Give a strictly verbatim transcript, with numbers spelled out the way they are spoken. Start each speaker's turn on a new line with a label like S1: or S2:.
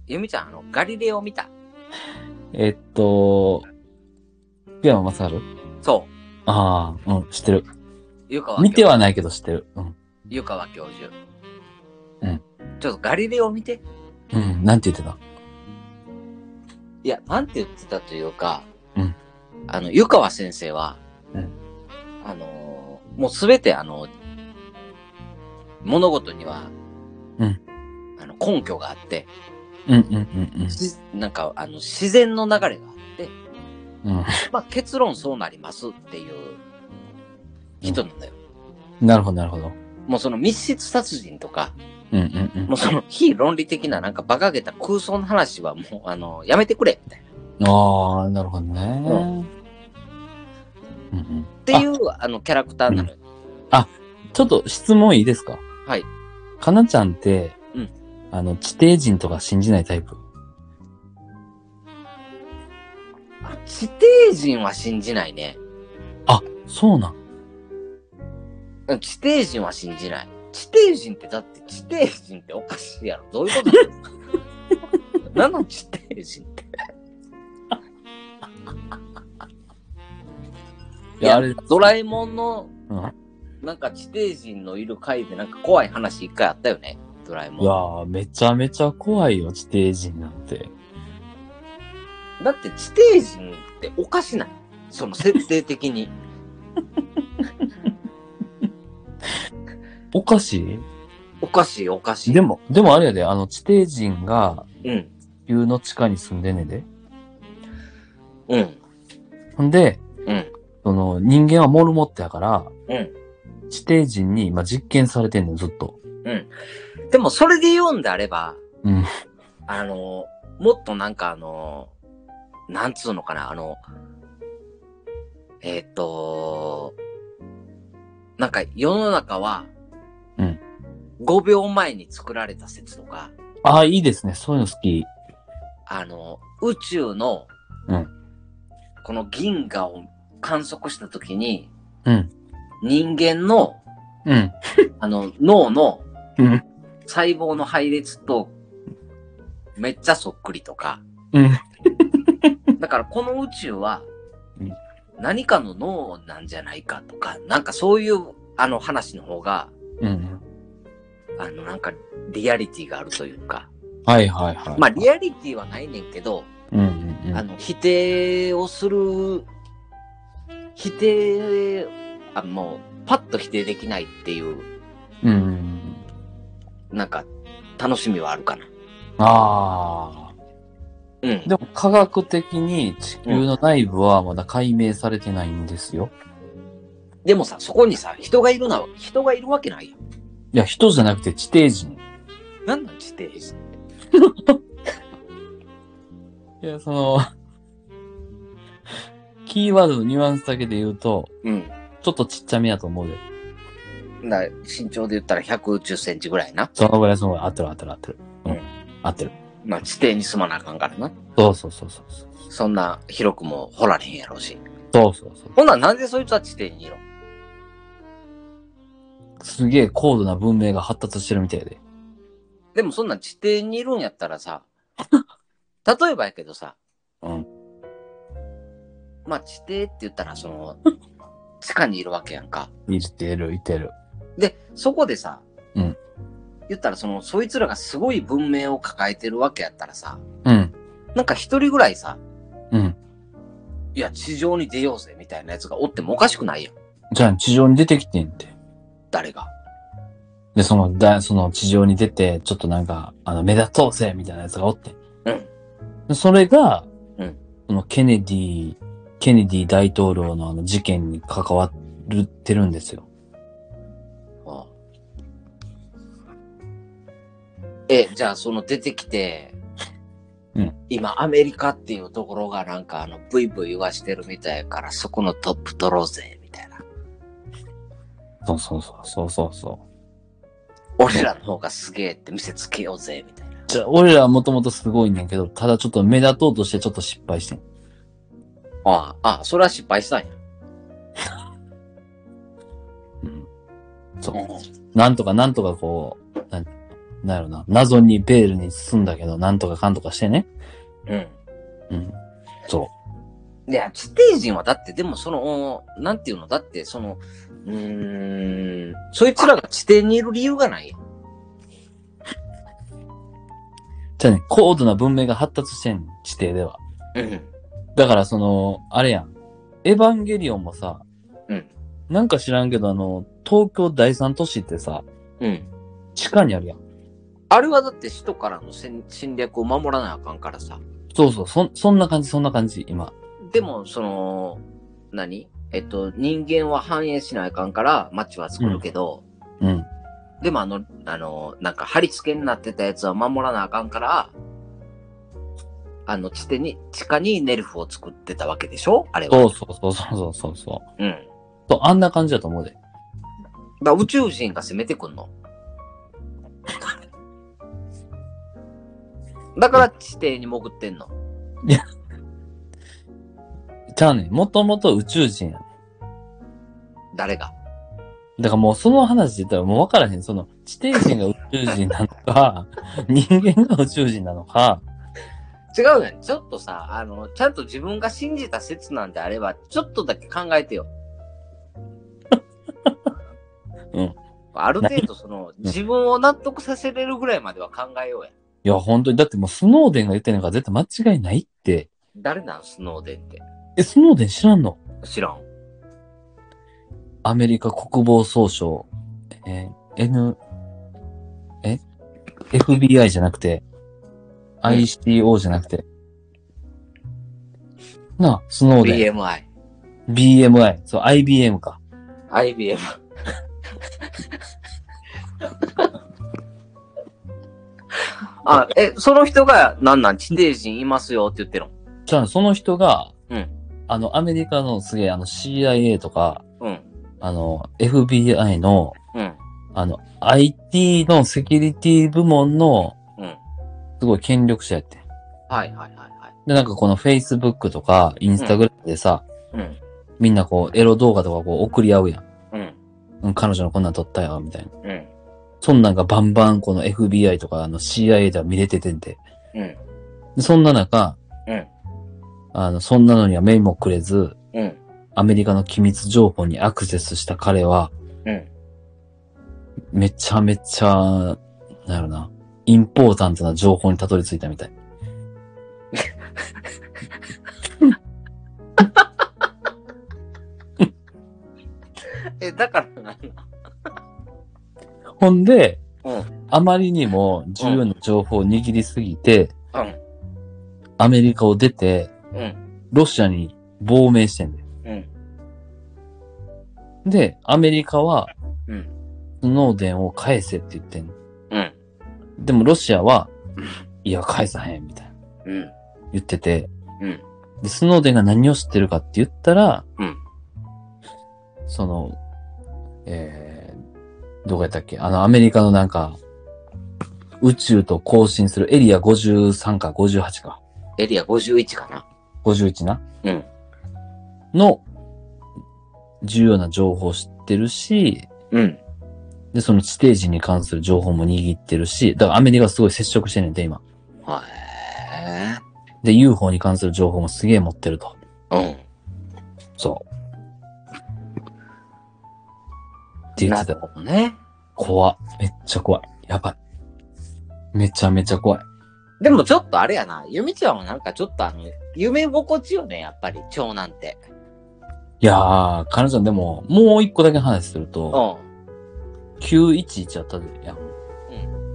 S1: ゆみちゃん、あの、ガリレオ見た？
S2: えっと、福山雅治。
S1: そ
S2: ああ、うん、知ってる。
S1: う。湯川
S2: 見ては
S1: 教
S2: ないけど知ってる。うん。
S1: 湯川教授。
S2: うん。
S1: ちょっとガリレオ見て。
S2: うん、なんて言ってた？
S1: いや、なんて言ってたというか、
S2: うん。
S1: あの、湯川先生は、
S2: うん。
S1: あのー、もうすべてあの、物事には、
S2: うん。
S1: あの、根拠があって、
S2: うんうんうんうん。
S1: しなんか、あの、自然の流れがあって、
S2: うん。
S1: まあ、結論そうなりますっていう人なんだよ。
S2: なるほど、なるほど。
S1: もうその密室殺人とか、
S2: うんうんうん。
S1: もうその非論理的ななんか馬鹿げた空想の話はもう、あの、やめてくれ、みたいな。
S2: ああ、なるほどね。
S1: うん。
S2: うんうん。
S1: っていう、あの、キャラクターなのよ。
S2: あ、ちょっと質問いいですか？
S1: はい。
S2: かなちゃんって、
S1: うん。
S2: あの、地底人とか信じないタイプ？
S1: あ、地底人は信じないね。
S2: あ、そうなん。
S1: うん地底人は信じない。地底人ってだって地底人っておかしいやろ。どういうことなの何の地底人って。いや、
S2: いや、あれ、
S1: ドラえもんの、
S2: うん。
S1: なんか地底人のいる回でなんか怖い話一回あったよね。ドラえもん。
S2: いやー、めちゃめちゃ怖いよ、地底人なんて。
S1: だって地底人っておかしない？その設定的に。
S2: おかしい？
S1: おかしいおかしい。
S2: でも、でもあれやで、あの、地底人が、
S1: うん。
S2: 地球の地下に住んでんねんで。
S1: うん。
S2: ほんで、
S1: うん。
S2: その、人間はモルモットやから、
S1: うん。
S2: 地底人に、まあ、実験されてんねん、ずっと。
S1: うん。でもそれで言うんであれば、
S2: うん。
S1: あの、もっとなんかあの、なんつうのかな、あの、えっと、なんか世の中は、
S2: うん。
S1: ごびょうまえに作られた説とか、
S2: ああ、いいですね。そういうの好き。
S1: あの、宇宙の、
S2: うん。
S1: この銀河を観測したときに、
S2: うん。
S1: 人間の、
S2: うん。
S1: あの、脳の
S2: うん。
S1: 細胞の配列と、めっちゃそっくりとか、
S2: うん。
S1: だからこの宇宙は
S2: うん
S1: 何かの脳なんじゃないかとか、なんかそういうあの話の方が、
S2: うん。
S1: あのなんかリアリティがあるというか、
S2: はいはいはい。
S1: まあリアリティはないねんけど、
S2: うんうんうん。
S1: あの否定をする、否定、あもうパッと否定できないっていう、
S2: うん。
S1: なんか楽しみはあるかな。
S2: ああ。
S1: うん。
S2: でも科学的に地球の内部はまだ解明されてないんですよ。
S1: でもさ、そこにさ、人がいるな、人がいるわけないやん。
S2: いや、人じゃなくて地底人。
S1: なんなん地底人。
S2: いや、その、キーワードのニュアンスだけで言うと、
S1: うん。
S2: ちょっとちっちゃめやと思うで。
S1: だ身長で言ったらひゃくじゅっセンチぐらいな。
S2: そのぐらいそのぐらい合ってる合ってる合ってる。うん。
S1: うん
S2: 合ってる。
S1: まあ地底に住まなあかんからな。
S2: そうそうそうそうそう。
S1: そんな広くも掘られへんやろうし。
S2: そうそうそう。
S1: ほんならなんでそいつは地底にいるの？
S2: すげえ高度な文明が発達してるみたいで。
S1: でもそんなん地底にいるんやったらさ、例えばやけどさ、
S2: うん。
S1: まあ地底って言ったらその、地下にいるわけやんか。
S2: いてる、いてる。
S1: で、そこでさ、
S2: うん。
S1: 言ったらその、そいつらがすごい文明を抱えてるわけやったらさ、
S2: うん。
S1: なんか一人ぐらいさ、
S2: うん。
S1: いや、地上に出ようぜみたいなやつがおってもおかしくないやん。
S2: じゃあ地上に出てきてんって。
S1: 誰が。
S2: で、その、だ、その地上に出て、ちょっとなんか、あの、目立とうぜみたいなやつがおって。
S1: うん。
S2: でそれが、
S1: うん。
S2: そのケネディ、ケネディ大統領のあの事件に関わってるんですよ。
S1: ああえ、じゃあその出てきて、
S2: うん。
S1: 今アメリカっていうところがなんかあのブイブイ言わしてるみたいやからそこのトップ取ろうぜみたいな。
S2: そうそうそう、そうそうそう。
S1: 俺らの方がすげえって見せつけようぜみたいな。
S2: じゃあ、俺らはもともとすごいねんけど、ただちょっと目立とうとしてちょっと失敗してん。
S1: ああ、ああ、それは失敗したんや。
S2: うん。そう。
S1: うん。
S2: なんとかなんとかこう、なんなんやろな、謎にベールに包んだけど、なんとかかんとかしてね。
S1: うん。
S2: うん。そ
S1: いや、地底人はだって、でもその、なんていうの、だってその、うーん、そいつらが地底にいる理由がないやん。
S2: じゃあね、高度な文明が発達してんねん、地底では。
S1: うん。
S2: だからその、あれやん。エヴァンゲリオンもさ、
S1: うん。
S2: なんか知らんけど、あの、東京第三都市ってさ、
S1: うん。
S2: 地下にあるやん。
S1: あれはだって首都からの戦侵略を守らなあかんからさ。
S2: そうそう、そ、そんな感じ、そんな感じ、今。
S1: でも、その、何えっと、人間は繁栄しなあかんから街は作るけど、
S2: うん。
S1: でもあの、あの、なんか貼り付けになってたやつは守らなあかんから、あの、地底に、地下にネルフを作ってたわけでしょあれは。
S2: そうそうそうそうそうそう。
S1: うん。
S2: そう、あんな感じだと思うで。
S1: だから宇宙人が攻めてくんの。だから地底に潜ってんの。
S2: いや。じゃあね、もともと宇宙人やね。
S1: 誰が
S2: だからもうその話で言ったらもう分からへん。その、地底人が宇宙人なのか、人間が宇宙人なのか。
S1: 違うね。ちょっとさ、あの、ちゃんと自分が信じた説なんであれば、ちょっとだけ考えてよ。
S2: うん。
S1: ある程度その、自分を納得させれるぐらいまでは考えようや。
S2: いや、本当に。だってもうスノーデンが言ってんのから絶対間違いないって。
S1: 誰なんスノーデンって。
S2: え、スノーデン知らんの？
S1: 知らん。
S2: アメリカ国防総省、えー、N、え エフビーアイ じゃなくて、アイシーオー じゃなくて、なあ、スノーデン。
S1: ビーエムアイ。
S2: ビーエムアイ。そう、アイビーエム か。
S1: アイビーエム。あ、え、その人が、なんなん、地底人いますよって言ってるの？
S2: じゃあ、その人が、
S1: うん。
S2: あの、アメリカのすげえ、あの、シーアイエー とか、
S1: うん。
S2: あの、エフビーアイ の、
S1: うん。
S2: あの、アイティー のセキュリティ部門の、
S1: うん。
S2: すごい権力者やってん。
S1: はいはいはいはい。
S2: で、なんかこの Facebook とか、Instagram でさ、
S1: うん。
S2: みんなこう、エロ動画とかこう送り合うやん。
S1: うん。
S2: うん、彼女のこんなん撮ったよ、みたいな。
S1: うん。
S2: そんなんがバンバンこの エフビーアイ とかあの シーアイエー では見れててんで。
S1: うん。
S2: でそんな中、
S1: うん。
S2: あの、そんなのには目もくれず、
S1: うん。
S2: アメリカの機密情報にアクセスした彼は、
S1: うん。
S2: めちゃめちゃ、なんやろな、インポータントな情報にたどり着いたみたい。
S1: え、だからなんだ。
S2: ほんで、
S1: うん。
S2: あまりにも重要な情報を握りすぎて、
S1: うん。
S2: アメリカを出て、
S1: うん。
S2: ロシアに亡命してんだよ。
S1: うん。
S2: で、アメリカは、
S1: うん。
S2: スノーデンを返せって言ってんの。
S1: うん。
S2: でもロシアは、いや、返さへん、みたいな。
S1: うん。
S2: 言ってて。
S1: うん。
S2: で、スノーデンが何を知ってるかって言ったら、
S1: うん。
S2: その、えー、どこやったっけあの、アメリカのなんか、宇宙と交信するエリアごじゅうさんかごじゅうはちか。
S1: エリアごじゅういちかな。
S2: ごじゅういちな。
S1: うん。
S2: の、重要な情報を知ってるし、
S1: うん。
S2: で、その地底人に関する情報も握ってるし、だからアメリカはすごい接触してんねんて、今。
S1: はい。
S2: で、ユーフォー に関する情報もすげえ持ってると。
S1: うん。
S2: そう。って言ってた。
S1: なるほどね。
S2: 怖っ。めっちゃ怖い。やばい。めちゃめちゃ怖い。
S1: でもちょっとあれやな。ゆみちゃんはなんかちょっとあの、夢心地よね、やっぱり、長男って。
S2: いやー、彼女でも、もう一個だけ話すると、
S1: うん。
S2: きゅういちいちやったで、やん。
S1: うん。